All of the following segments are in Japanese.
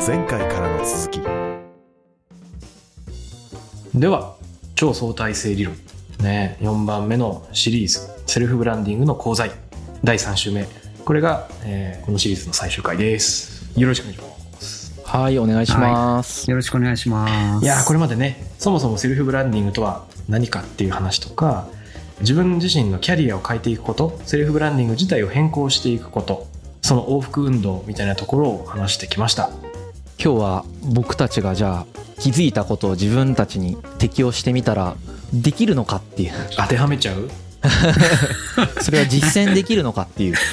前回からの続きでは、超相対性理論、ね、4番目のシリーズセルフブランディングの講座第3週目、これが、このシリーズの最終回です。よろしくお願いします。 はい、お願いします、 よろしくお願いします。 いや、これまでね、そもそもセルフブランディングとは何かっていう話とか、自分自身のキャリアを変えていくこと、セルフブランディング自体を変更していくこと、その往復運動みたいなところを話してきました。 今日は僕たちがじゃあ気づいたことを自分たちに適用してみたらできるのかっていう、 当てはめちゃうそれは実践できるのかっていう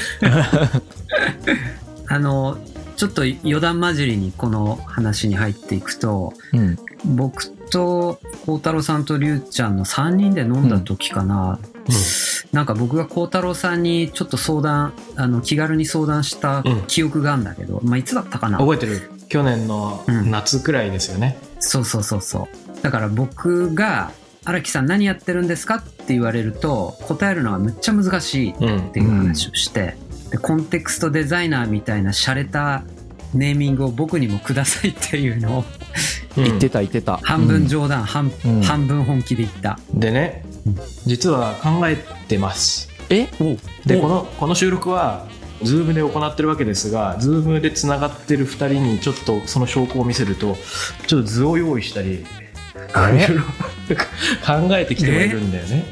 ちょっと余談交じりにこの話に入っていくと、僕と幸太郎さんとりゅうちゃんの3人で飲んだ時かな、なんか僕が幸太郎さんにちょっと相談、気軽に相談した記憶があるんだけど、いつだったかな、 覚えてる？去年の夏くらいですよね、 そうだから僕が荒木さん何やってるんですかって言われると答えるのがむっちゃ難しいっていう話をして、でコンテクストデザイナーみたいな洒落たネーミングを僕にもくださいっていうのを言ってた半分冗談、半分本気で言った。 でね、実は考えてます。でこの収録はズームで行ってるわけですが、ズームでつながってる2人にちょっとその証拠を見せると、ちょっと図を用意したりいろいろ考えてきてはいるんだよね。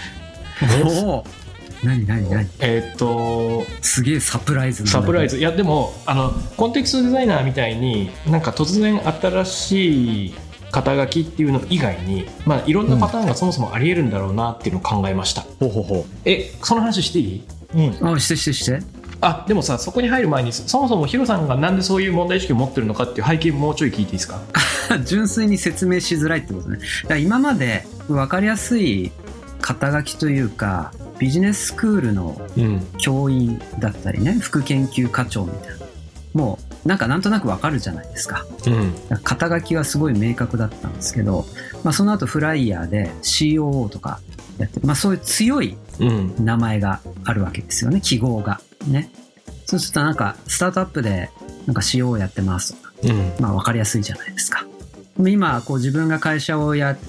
何すげえサプライズ。 いやでもコンテクストデザイナーみたいになんか突然新しい肩書きっていうの以外に、いろんなパターンがそもそもありえるんだろうなっていうのを考えました。その話していい？ して。 でもさ、そこに入る前にそもそもヒロさんがなんでそういう問題意識を持ってるのかっていう背景もうちょい聞いていいですか？ 純粋に説明しづらいってことね。だから今まで分かりやすい肩書きというか、ビジネススクールの教員だったりね、副研究課長みたいな、もうなんとなく分かるじゃないですか、肩書きはすごい明確だったんですけど、その後フライヤーで COO とかやって、そういう強い名前があるわけですよね、記号がね。そうするとなんかスタートアップでなんか COO やってますとか、分かりやすいじゃないですか。今こう自分が会社をやって、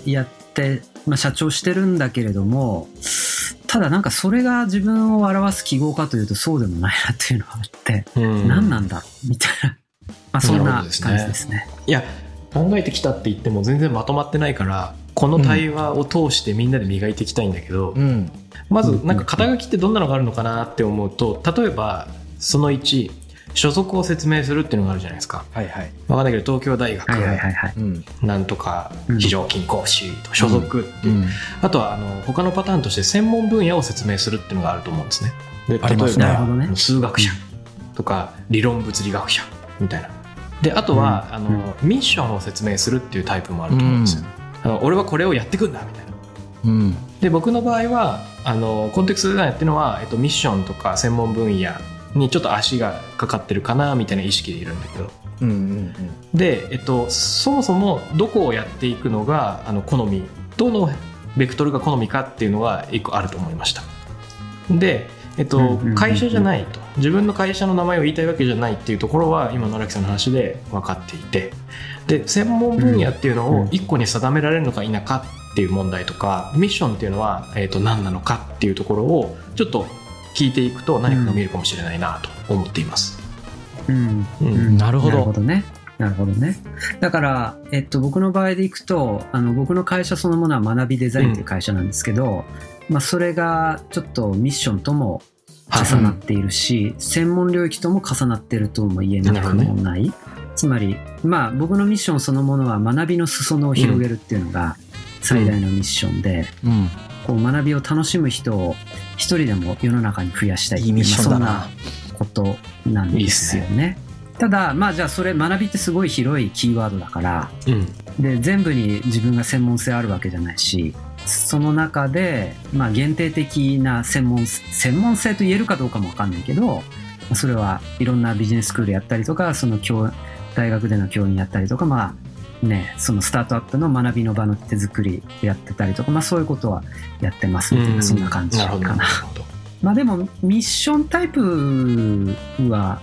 社長してるんだけれども、ただなんかそれが自分を表す記号かというとそうでもないなっていうのがあって、何なんだろうみたいな、そんな感じですね。 いや、考えてきたって言っても全然まとまってないから、この対話を通してみんなで磨いていきたいんだけど、まずなんか肩書きってどんなのがあるのかなって思うと、例えばその1、所属を説明するっていうのがあるじゃないですか。分かんないけど、東京大学なんとか非常勤講師と所属っていう、あとは他のパターンとして専門分野を説明するっていうのがあると思うんですね。で、例えば数学者とか理論物理学者みたいな。で、あとはミッションを説明するっていうタイプもあると思うんですよ。俺はこれをやってくんだみたいな。で、僕の場合はコンテクストデザインっていうのは、ミッションとか専門分野にちょっと足がかかってるかなみたいな意識でいるんだけど、で、そもそもどこをやっていくのが好み、どのベクトルが好みかっていうのが一個あると思いました。で、会社じゃないと、自分の会社の名前を言いたいわけじゃないっていうところは今の荒木さんの話で分かっていて、で、専門分野っていうのを一個に定められるのか否かっていう問題とか、ミッションっていうのは何なのかっていうところをちょっと聞いていくと何かが見えるかもしれないなと思っています。 なるほどね。だから、僕の場合でいくと、僕の会社そのものは学びデザインという会社なんですけど、それがちょっとミッションとも重なっているし、専門領域とも重なっているとも言えなくもない。つまり、僕のミッションそのものは学びの裾野を広げるっていうのが最大のミッションで、こう学びを楽しむ人を一人でも世の中に増やしたいっていう、 いいミッションだな。 そんなことなんですよね。ただじゃあそれ学びってすごい広いキーワードだから、で全部に自分が専門性あるわけじゃないし、その中で限定的な専門性と言えるかどうかも分かんないけど、それはいろんなビジネススクールやったりとか、その大学での教員やったりとか、そのスタートアップの学びの場の手作りやってたりとか、そういうことはやってますみたいな、そんな感じかな。でもミッションタイプは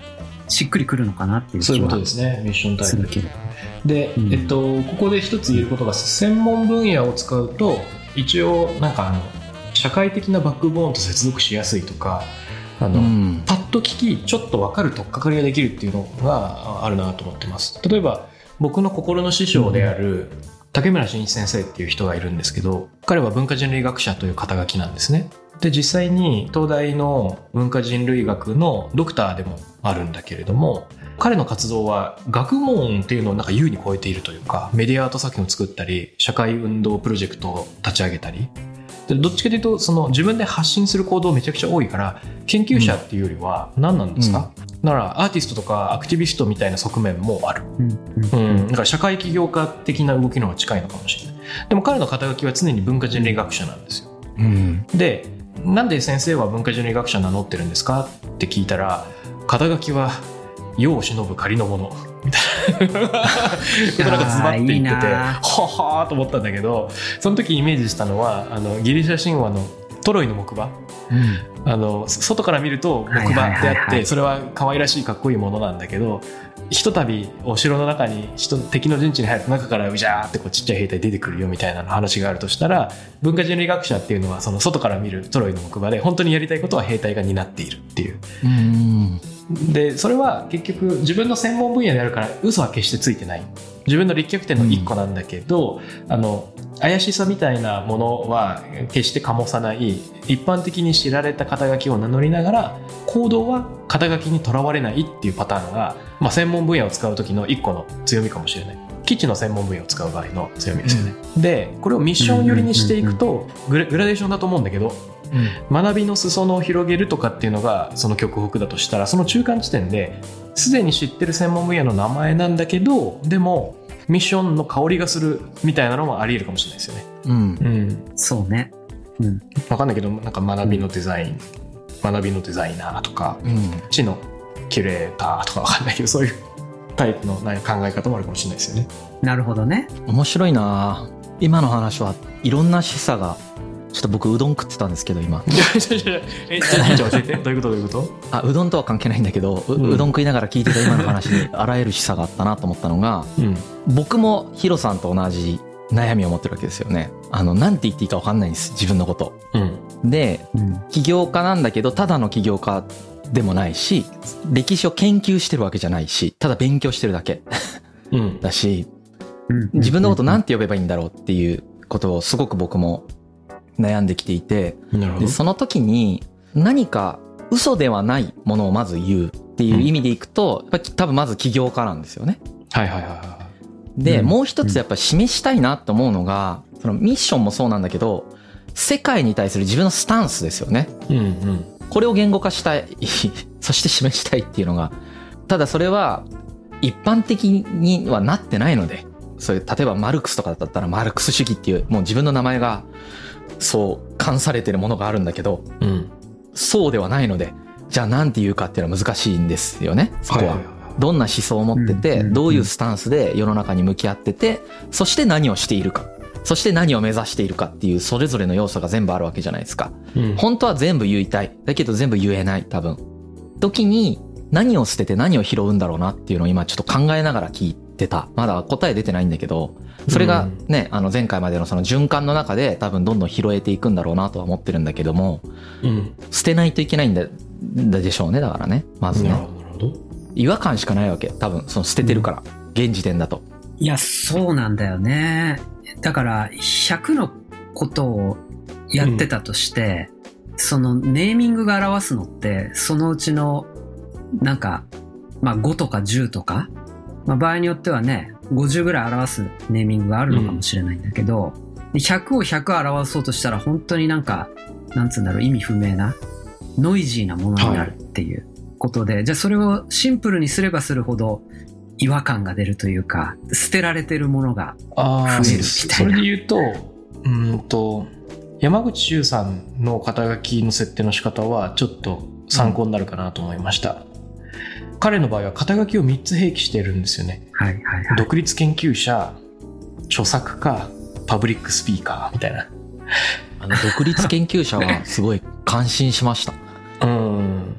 しっくりくるのかなっていうそういうこと気はですね、ミッションタイプするけど。 で、ここで一つ言えることが、専門分野を使うと一応なんか社会的なバックボーンと接続しやすいとか、パッと聞きちょっと分かる取っかかりができるっていうのがあるなと思ってます。例えば僕の心の師匠である竹村真一先生っていう人がいるんですけど、彼は文化人類学者という肩書きなんですね。で実際に東大の文化人類学のドクターでもあるんだけれども、彼の活動は学問っていうのをなんか優に超えているというか、メディアアート作品を作ったり社会運動プロジェクトを立ち上げたり、でどっちかというとその自分で発信する行動めちゃくちゃ多いから、研究者っていうよりは何なんですか、だからアーティストとかアクティビストみたいな側面もある、だから社会起業家的な動きの方が近いのかもしれない。でも彼の肩書きは常に文化人類学者なんですよ、でなんで先生は文化人類学者名乗ってるんですかって聞いたら、肩書きは世を忍ぶ仮のものみたいなことなんかズバッて言ってて、ははーと思ったんだけど、その時イメージしたのはギリシャ神話のトロイの木馬、外から見ると木馬ってあって、それは可愛らしいかっこいいものなんだけど、ひとたびお城の中に敵の陣地に入ると中からうじゃーってこうちっちゃい兵隊出てくるよみたいな話があるとしたら、文化人類学者っていうのはその外から見るトロイの木馬で、本当にやりたいことは兵隊が担っているっていう。でそれは結局自分の専門分野であるから嘘は決してついてない、自分の立脚点の一個なんだけど、怪しさみたいなものは決して醸さない、一般的に知られた肩書きを名乗りながら行動は肩書きにとらわれないっていうパターンが、専門分野を使う時の一個の強みかもしれない。基地の専門分野を使う場合の強みですよね、でこれをミッション寄りにしていくとグラデーションだと思うんだけど、学びの裾野を広げるとかっていうのがその極北だとしたら、その中間地点ですでに知ってる専門分野の名前なんだけど、でもミッションの香りがするみたいなのもあり得るかもしれないですよね。 そうね。 分かんないけど、なんか学びのデザイン、学びのデザイナーとか、知のキュレーターとか分かんないけど、そういうタイプの考え方もあるかもしれないですよね。 なるほどね。 面白いな。今の話はいろんな示唆が、ちょっと僕うどん食ってたんですけど今。 じゃあ教えて、どういうこと？ うどんとは関係ないんだけど、うどん食いながら聞いてた今の話にあらゆる示唆があったなと思ったのが、僕もヒロさんと同じ悩みを持ってるわけですよね。なんて言っていいか分かんないんです、自分のこと、で、起業家なんだけどただの起業家でもないし、歴史を研究してるわけじゃないし、ただ勉強してるだけだし、自分のことなんて呼べばいいんだろうっていうことをすごく僕も悩んできていて、でその時に何か嘘ではないものをまず言うっていう意味でいくと、やっぱ多分まず起業家なんですよね。で、もう一つやっぱ示したいなと思うのが、そのミッションもそうなんだけど、世界に対する自分のスタンスですよね。これを言語化したいそして示したいっていうのが、ただそれは一般的にはなってないので、そういう例えばマルクスとかだったらマルクス主義っていうもう自分の名前がそう冠されてるものがあるんだけど、そうではないので、じゃあなんて言うかっていうのは難しいんですよね。そこはどんな思想を持ってて、どういうスタンスで世の中に向き合ってて、そして何をしているか、そして何を目指しているかっていうそれぞれの要素が全部あるわけじゃないですか。本当は全部言いたい、だけど全部言えない、多分時に何を捨てて何を拾うんだろうなっていうのを今ちょっと考えながら聞いてた。まだ答え出てないんだけど、それがね、前回までのその循環の中で多分どんどん拾えていくんだろうなとは思ってるんだけども、捨てないといけないんでしょうね。だからね、まずね、違和感しかないわけ、多分その捨ててるから、現時点だと。 いや、そうなんだよね。だから100のことをやってたとして、そのネーミングが表すのってそのうちのなんか、5とか10とか、場合によってはね50ぐらい表すネーミングがあるのかもしれないんだけど、100を100表そうとしたら本当になんかなんつうんだろう、意味不明なノイジーなものになるっていうことで、じゃあそれをシンプルにすればするほど違和感が出るというか、捨てられてるものが増えるみたいな。 それで言うと、山口周さんの肩書きの設定の仕方はちょっと参考になるかなと思いました。彼の場合は肩書きを3つ併記してるんですよね。独立研究者、著作家、パブリックスピーカーみたいな。 独立研究者はすごい感心しました。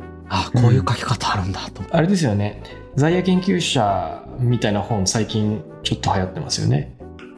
こういう書き方あるんだと、 あれですよね、在野研究者みたいな本最近ちょっと流行ってますよね。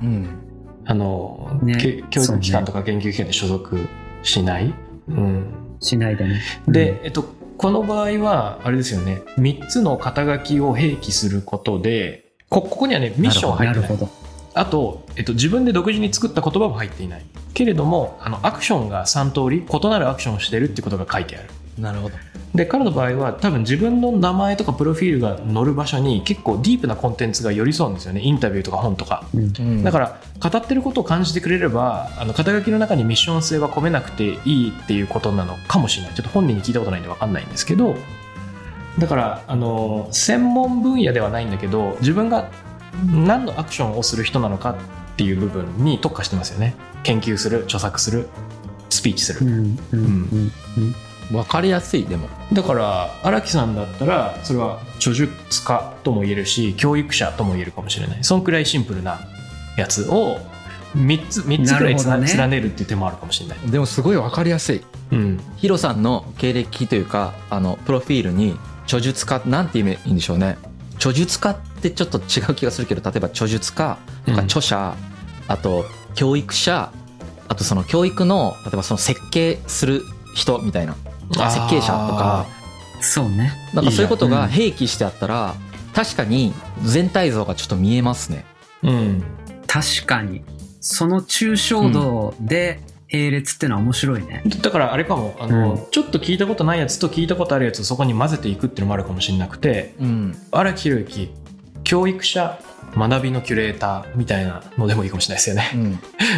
教育機関とか研究機関で所属しない、 しないでね。 で、この場合はあれですよね、3つの肩書きを併記することで、ここにはねミッション入ってない。あと、自分で独自に作った言葉も入っていないけれども、アクションが3通り異なるアクションをしているってことが書いてある。 なるほど。 で、彼の場合は多分自分の名前とかプロフィールが載る場所に結構ディープなコンテンツが寄り添うんですよね。インタビューとか本とか、だから語ってることを感じてくれれば、肩書きの中にミッション性は込めなくていいっていうことなのかもしれない。ちょっと本人に聞いたことないんで分かんないんですけど、だから専門分野ではないんだけど、自分が何のアクションをする人なのかっていう部分に特化してますよね。研究する、著作する、スピーチする。 分かりやすい。でもだから荒木さんだったらそれは著述家とも言えるし、教育者とも言えるかもしれない。そんくらいシンプルなやつを3つくらい連ねるっていう手もあるかもしれない。 でもすごい分かりやすい。ヒロさんの経歴というかプロフィールに著述家なんて言うんでしょうね。著述家ってちょっと違う気がするけど、例えば著述家とか著者、あと教育者、あとその教育の例えばその設計する人みたいな、設計者とか、 そうね、 なんかそういうことが併記してあったら、確かに全体像がちょっと見えますね。 確かにその抽象度で並列ってのは面白いね。 だからあれかも、ちょっと聞いたことないやつと聞いたことあるやつをそこに混ぜていくっていうのもあるかもしれなくて、荒木宏之教育者学びのキュレーターみたいなのでもいいかもしれないですよね。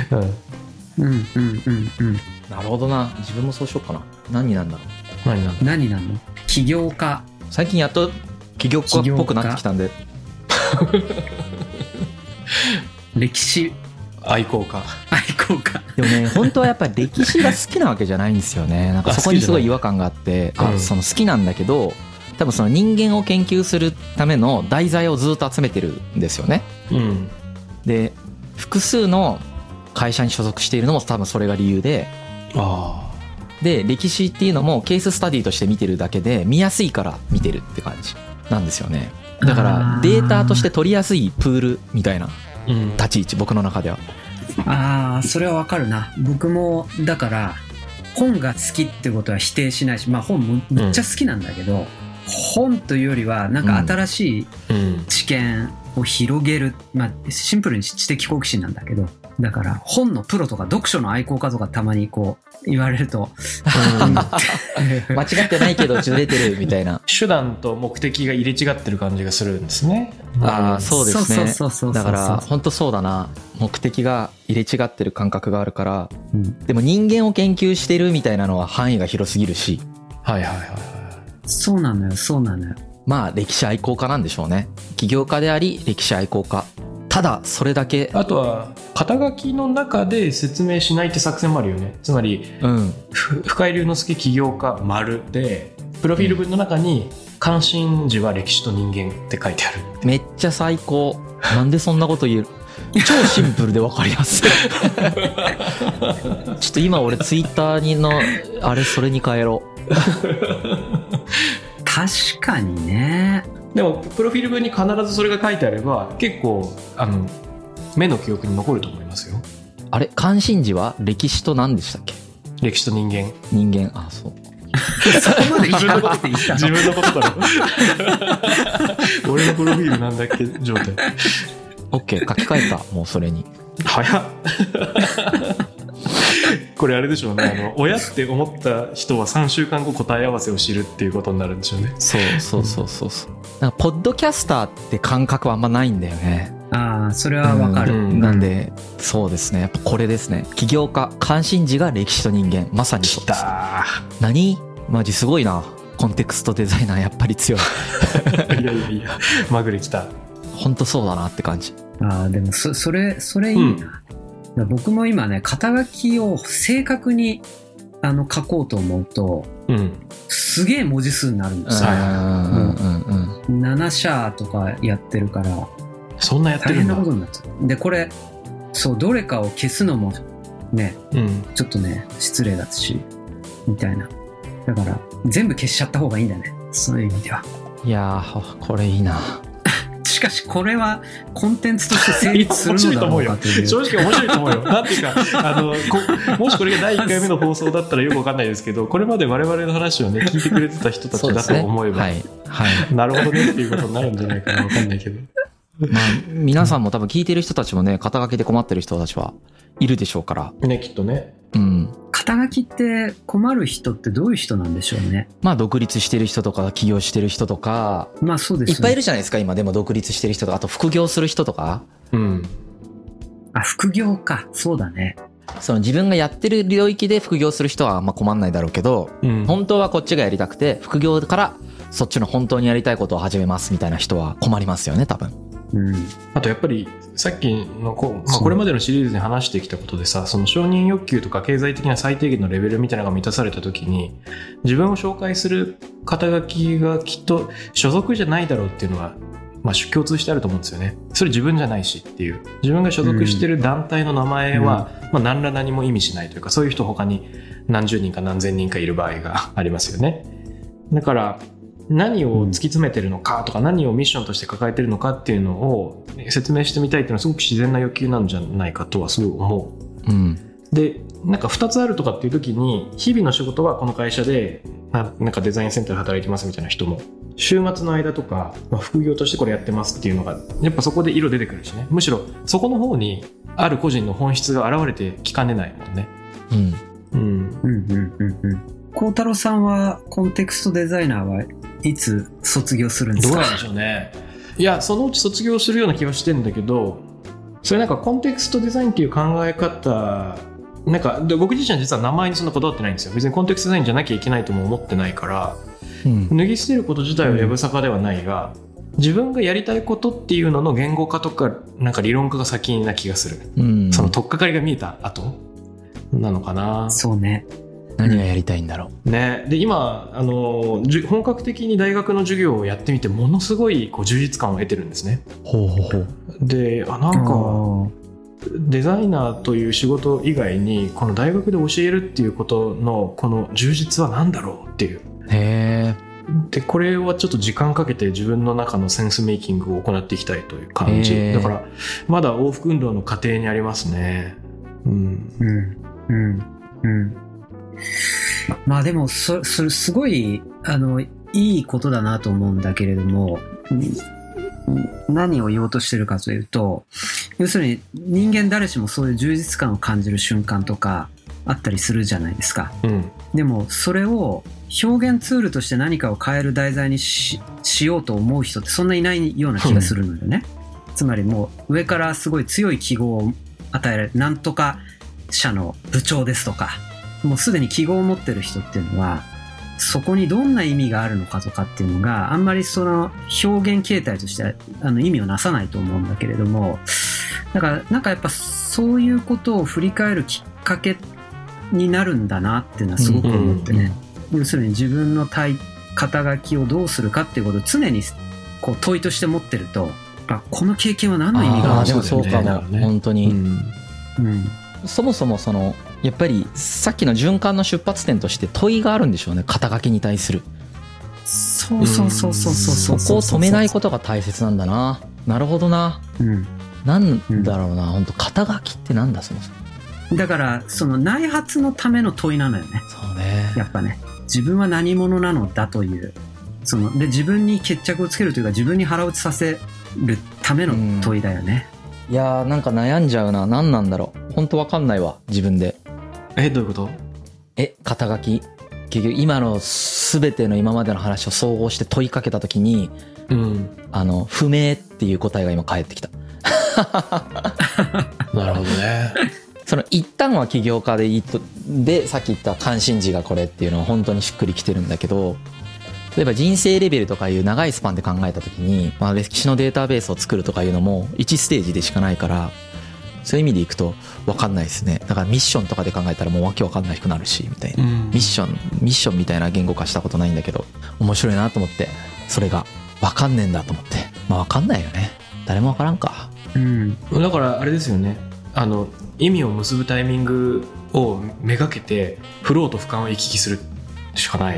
なるほどな。自分もそうしようかな。何なんだろう。何なの？起業家。 最近やっと起業家っぽくなってきたんで。 歴史愛好家。 でもね、本当はやっぱり歴史が好きなわけじゃないんですよね。なんかそこにすごい違和感があって、その好きなんだけど、多分その人間を研究するための題材をずっと集めてるんですよね。で、複数の会社に所属しているのも多分それが理由で、で歴史っていうのもケーススタディとして見てるだけで見やすいから見てるって感じなんですよね。だからデータとして取りやすいプールみたいな立ち位置、僕の中では。 それはわかるな。僕もだから本が好きってことは否定しないし、本もめっちゃ好きなんだけど、本というよりはなんか新しい知見を広げる、シンプルに知的好奇心なんだけど、だから本のプロとか読書の愛好家とかたまにこう言われると間違ってないけどずれてるみたいな。 手段と目的が入れ違ってる感じがするんですね。 そうですね。だから本当そうだな。目的が入れ違ってる感覚があるから、でも人間を研究してるみたいなのは範囲が広すぎるし。 そうなのよ。 歴史愛好家なんでしょうね。起業家であり歴史愛好家。ただそれだけ。 あとは肩書きの中で説明しないって作戦もあるよね。つまり、深井龍之介起業家丸でプロフィール文の中に関心事は歴史と人間って書いてある。 めっちゃ最高。なんでそんなこと言える。超シンプルで分かりやすい。ちょっと今俺ツイッターにのそれに変えろ。 確かにね。 でもプロフィール文に必ずそれが書いてあれば結構目の記憶に残ると思いますよ。 関心事は歴史と何でしたっけ？ 歴史と人間。 そう。 そこまで言わなくていいか。 自分のことだろ。俺のプロフィールなんだっけ状態。 OK、書き換えた。もうそれに。 早っ。これあれでしょうね。親って思った人は3週間後答え合わせを知るっていうことになるんでしょうね。 そう。なんかポッドキャスターって感覚はあんまないんだよね。 それはわかる。 なんでそうですね。やっぱこれですね。起業家関心事が歴史と人間、まさにそうです。何？マジすごいな。コンテクストデザイナーやっぱり強い。 いやまぐれきた。 本当そうだなって感じ。 でもそれいいな。僕も今ね、肩書きを正確に書こうと思うと、すげえ文字数になるんですよ。7社とかやってるから、 そんなやってるんだ。 大変なことになっちゃう。でこれどれかを消すのもね、ちょっとね失礼だしみたいな。だから全部消しちゃった方がいいんだね。 そういう意味では。 いやーこれいいな。 しかしこれはコンテンツとして成立するのだろうかという。 正直面白いと思うよ。なんていうかもしこれが第1回目の放送だったらよく分かんないですけど、これまで我々の話をね聞いてくれてた人たちだと思えば、 ね、はい、 なるほどねっていうことになるんじゃないかな、分かんないけど。 まあ皆さんも多分聞いてる人たちもね、肩書きで困ってる人たちはいるでしょうからね、きっとね。 うん。 肩書きって困る人ってどういう人なんでしょうね。 まあ独立してる人とか起業してる人とか、 まあそうですね、 いっぱいいるじゃないですか今。でも独立してる人とか、あと副業する人とか。 うん。 あ、副業か。そうだね。 その自分がやってる領域で副業する人はあんま困んないだろうけど、うん、本当はこっちがやりたくて副業からそっちの本当にやりたいことを始めますみたいな人は困りますよね多分。 うん、あとやっぱりさっきのこれまでのシリーズに話してきたことでさ、その承認欲求とか経済的な最低限のレベルみたいなのが満たされた時に、自分を紹介する肩書きがきっと所属じゃないだろうっていうのは、まあ、共通してあると思うんですよね。それ自分じゃないしっていう、自分が所属してる団体の名前は、まあ、何ら何も意味しないというか、そういう人他に何十人か何千人かいる場合がありますよね。だから何を突き詰めてるのかとか、何をミッションとして抱えてるのかっていうのを説明してみたいっていうのはすごく自然な欲求なんじゃないかとはすごい思う、うん、でなんか2つあるとかっていう時に、日々の仕事はこの会社でなんかデザインセンターで働いてますみたいな人も、週末の間とか、まあ、副業としてこれやってますっていうのがやっぱそこで色出てくるしね。むしろそこの方にある個人の本質が現れてきかねないもんね。 うんうんうんうんうんうん。幸太郎さんはコンテクストデザイナーはいつ卒業するんですか？ どうなんでしょうね。いや、そのうち卒業するような気はしてるんだけど、それなんかコンテクストデザインっていう考え方、なんか僕自身は実は名前にそんなこだわってないんですよ。別にコンテクストデザインじゃなきゃいけないとも思ってないから、うん、脱ぎ捨てること自体はやぶさかではないが、自分がやりたいことっていうのの言語化とかなんか理論化が先な気がする、うん、その取っかかりが見えた後なのかな。 そうね。 何がやりたいんだろう、 ね、で今本格的に大学の授業をやってみてものすごいこう充実感を得てるんですね。 ほうほうほう。 でなんかデザイナーという仕事以外にこの大学で教えるっていうことのこの充実は何だろうっていう。 へー。でこれはちょっと時間かけて自分の中のセンスメイキングを行っていきたいという感じだから、まだ往復運動の過程にありますね。うんうんうんうん。まあでもそれすごいいいことだなと思うんだけれども、何を言おうとしてるかというと、要するに人間誰しもそういう充実感を感じる瞬間とかあったりするじゃないですか、うん、でもそれを表現ツールとして何かを変える題材に しようと思う人ってそんないないような気がするのでね、つまりもう上からすごい強い記号を与えられる、なんとか社の部長ですとか、もうすでに記号を持ってる人っていうのはそこにどんな意味があるのかとかっていうのがあんまりその表現形態として意味をなさないと思うんだけれども、だからなんかやっぱそういうことを振り返るきっかけになるんだなっていうのはすごく思ってね、要するに自分の肩書きをどうするかっていうことを常にこう問いとして持ってると、この経験は何の意味があるのか、 そうかも、ね、本当に、そもそもそのやっぱりさっきの循環の出発点として問いがあるんでしょうね、肩書きに対する。 そうそこを止めないことが大切なんだな。なるほどな、なんだろうな、本当肩書きってなんだそもそも。 だからその内発のための問いなのよね。 そうね、 やっぱね、自分は何者なのだというそので自分に決着をつけるというか自分に腹落ちさせるための問いだよね。 いやーなんか悩んじゃうな。何なんだろう、本当わかんないわ自分で。 どういうこと？ 肩書き、結局今の全ての今までの話を総合して問いかけた時に、不明っていう答えが今返ってきた。 なるほどね。 その一旦は起業家でいいと、でさっき言った関心事がこれっていうのは本当にしっくりきてるんだけど、例えば人生レベルとかいう長いスパンで考えた時に、歴史のデータベースを作るとかいうのも1ステージでしかないから、そういう意味でいくと分かんないですね。だからミッションとかで考えたらもうわけ分かんなくなるしみたいな、ミッションみたいな言語化したことないんだけど面白いなと思って、それが分かんねえんだと思って。分かんないよね、誰も分からんか。 だからあれですよね、意味を結ぶタイミングをめがけてフローと俯瞰を行き来するしかないよね。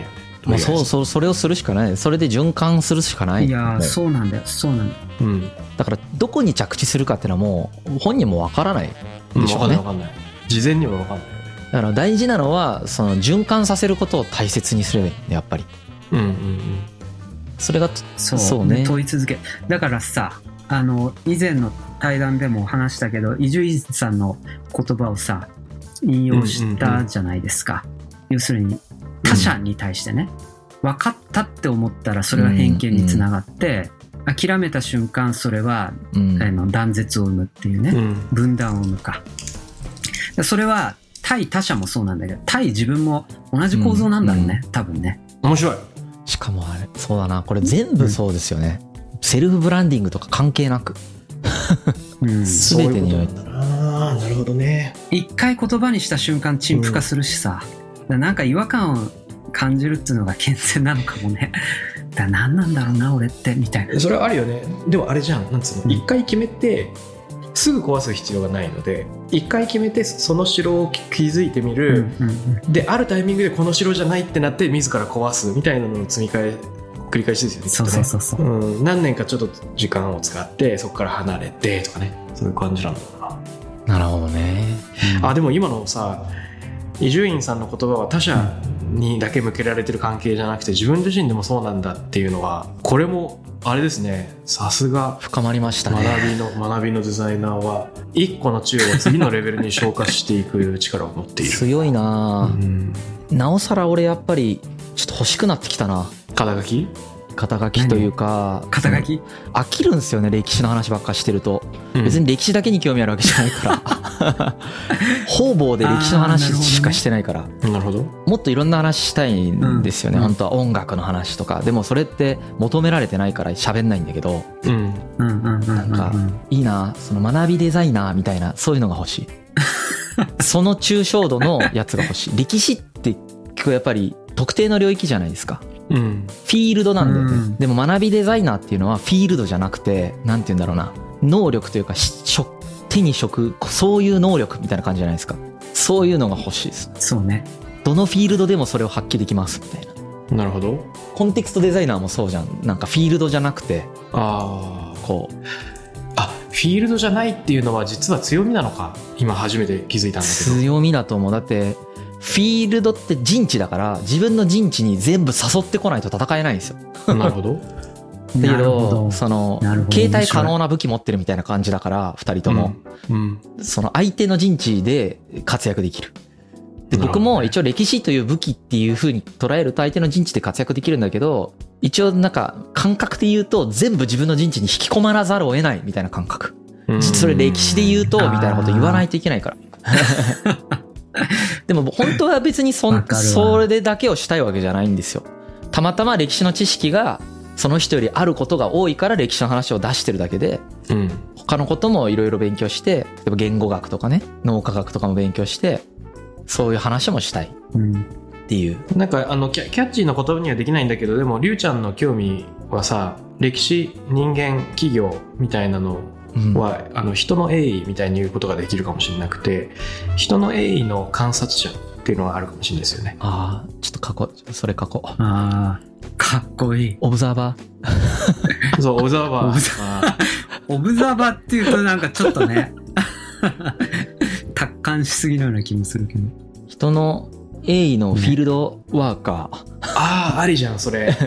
もうそれをするしかない。それで循環するしかない。 いやそうなんだよ、そうなんだよ、 うん、だからどこに着地するかっていうのはもう本人もわからないでしょうね。 分かんない、事前には分かんない。 だから大事なのはその循環させることを大切にすればいいね、やっぱり。 うんうんうん。 それがそうね、問い続け。だからさ、以前の対談でも話したけど、伊集院さんの言葉をさ引用したじゃないですか、要するに他者に対してね、分かったって思ったらそれは偏見につながって、諦めた瞬間それは、断絶を生むっていうね、分断を生むか。それは対他者もそうなんだけど、対自分も同じ構造なんだろうね、多分ね。 面白い。 しかもあれそうだな、これ全部そうですよね、セルフブランディングとか関係なく全てにおいて。 なるほどね。 一回言葉にした瞬間陳腐化するしさ、なんか違和感を感じるっていうのが健全なのかもね。だから何なんだろうな俺ってみたいな。 それはあるよね。でもあれじゃん、なんつうの、一回決めてすぐ壊す必要がないので、一回決めてその城を築いてみる、であるタイミングでこの城じゃないってなって自ら壊すみたいなのの繰り返しですよね。 そう、 何年かちょっと時間を使ってそこから離れてとかね、そういう感じなんだろうな。 なるほどね。 でも今のさ、伊集院さんの言葉は他者にだけ向けられてる関係じゃなくて自分自身でもそうなんだっていうのは、これもあれですね、さすが深まりましたね。 学びのデザイナーは一個の知恵を次のレベルに昇華していく力を持っている。 強いな、なおさら俺やっぱりちょっと欲しくなってきたな。肩書きというか、 肩書き飽きるんですよね、歴史の話ばっかしてると。別に歴史だけに興味あるわけじゃないから方々で歴史の話しかしてないから。 なるほど。 もっといろんな話したいんですよね、本当は音楽の話とか。でもそれって求められてないから喋んないんだけど、なんかいいな、その学びデザイナーみたいな、そういうのが欲しいその抽象度のやつが欲しい。歴史って結構やっぱり特定の領域じゃないですか。フィールドなんだよね、でも学びデザイナーっていうのはフィールドじゃなくて、なんて言うんだろうな、能力というか手に職、そういう能力みたいな感じじゃないですか。そういうのが欲しいです。 そうね、 どのフィールドでもそれを発揮できますみたいな。 なるほど。 コンテクストデザイナーもそうじゃん。なんかフィールドじゃなくて、こうフィールドじゃないっていうのは実は強みなのか、今初めて気づいたんだけど。 強みだと思う。だってフィールドって陣地だから、自分の陣地に全部誘ってこないと戦えないんですよなるほど。 だけどその携帯可能な武器持ってるみたいな感じだから、2人とも、その相手の陣地で活躍できる。で僕も一応歴史という武器っていう風に捉えると相手の陣地で活躍できるんだけど、一応なんか感覚で言うと全部自分の陣地に引き込まざるを得ないみたいな感覚。それ歴史で言うとみたいなこと言わないといけないからでも本当は別にそれだけをしたいわけじゃないんですよ。たまたま歴史の知識がその人よりあることが多いから歴史の話を出してるだけで、他のこともいろいろ勉強して、例えば言語学とかね、脳科学とかも勉強して、そういう話もしたいっていう、 なんかキャッチーな言葉にはできないんだけど、でもりゅうちゃんの興味はさ、歴史、人間、企業みたいなのは、人の栄意みたいに言うことができるかもしれなくて、人の栄意の観察者っていうのがあるかもしれないですよね。 ちょっとそれ書こう。 かっこいい。 オブザーバーそう、オブザーバーオブザーバーっていうとなんかちょっとね達観しすぎのような気もするけど、 人の栄意のフィールドワーカー、 ありじゃんそれ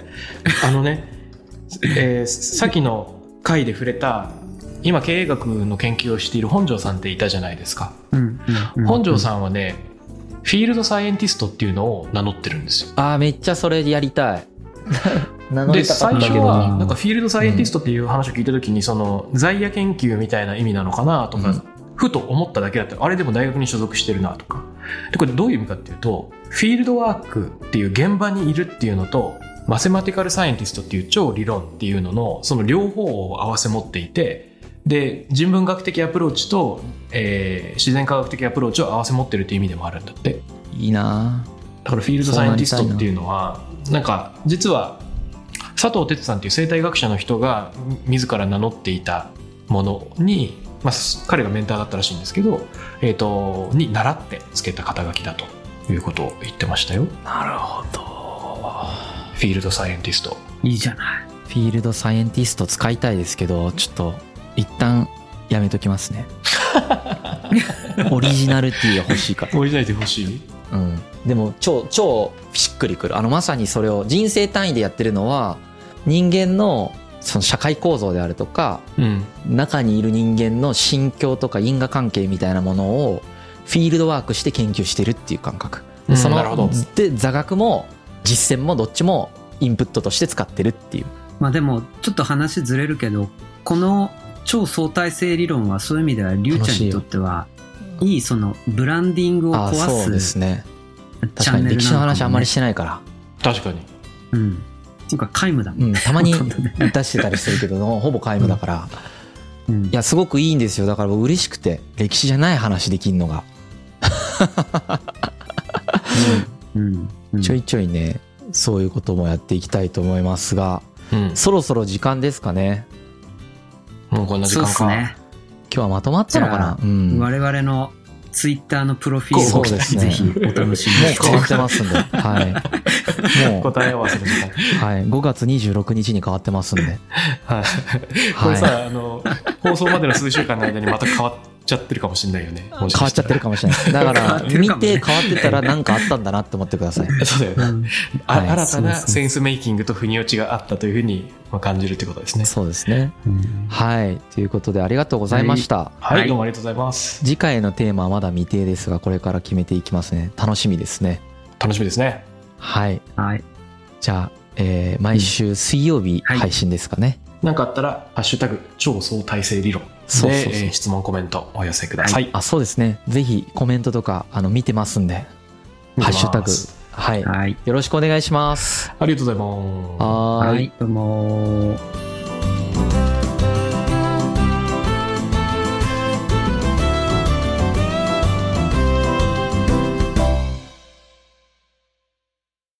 さっきの回で触れた、今経営学の研究をしている本庄さんっていたじゃないですか。本庄さんはね、フィールドサイエンティストっていうのを名乗ってるんですよ。 めっちゃそれやりたいで最初はなんかフィールドサイエンティストっていう話を聞いた時に、その在野研究みたいな意味なのかなとか、ふと思っただけだったら、あれでも大学に所属してるなとか。でこれどういう意味かっていうと、フィールドワークっていう現場にいるっていうのと、マセマティカルサイエンティストっていう超理論っていうののその両方を併せ持っていて、で人文学的アプローチと、自然科学的アプローチを併せ持ってるっていう意味でもあるんだって。 いいな。 だからフィールドサイエンティストっていうのは、なんか実は佐藤哲さんっていう生態学者の人が自ら名乗っていたものに、彼がメンターだったらしいんですけど、に習ってつけた肩書きだということを言ってましたよ。 なるほど。 フィールドサイエンティスト。 いいじゃない。 フィールドサイエンティスト使いたいですけど、ちょっと一旦やめときますね。オリジナルティが欲しいから。 オリジナルティ欲しい。 うん。でも超しっくりくる。まさにそれを人生単位でやってるのは、人間のその社会構造であるとか、中にいる人間の心境とか因果関係みたいなものをフィールドワークして研究してるっていう感覚。そので座学も実践もどっちもインプットとして使ってるっていう。 まあでもちょっと話ずれるけど、この超相対性理論はそういう意味ではりゅうちゃんにとってはいいそのブランディングを壊す。 そうですね。確かに歴史の話あんまりしてないから。 確かに。 っていうか皆無だもん、 たまに出してたりするけどほぼ皆無だから、いやすごくいいんですよ。だから嬉しくて、歴史じゃない話できんのがちょいちょいね、そういうこともやっていきたいと思いますが、そろそろ時間ですかね。 もうこんな時間か。そうですね。 今日はまとまったのかな。 我々のツイッターのプロフィールをぜひお楽しみに。 もう変わってますんで、はい。 もう答え合わせの時間。 はい。5月26日に変わってますんで。 はい。これさ、放送までの数週間の間にまた変わっちゃってるかもしれないよね。 変わっちゃってるかもしれない。だから見て変わってたら何かあったんだなって思ってください。 そうだよね。新たなセンスメイキングと腑に落ちがあったというふうに感じるってことですね。 そうですね。はい。ということでありがとうございました。 はい。どうもありがとうございます。 次回のテーマはまだ未定ですが、これから決めていきますね。楽しみですね。 楽しみですね。 はい。じゃあ、毎週水曜日配信ですかね。 なんかあったら、ハッシュタグ超相対性理論で質問コメントお寄せください。 そうですね。ぜひコメントとか見てますんで、ハッシュタグ、はい。よろしくお願いします。 ありがとうございます。 はい、どうも。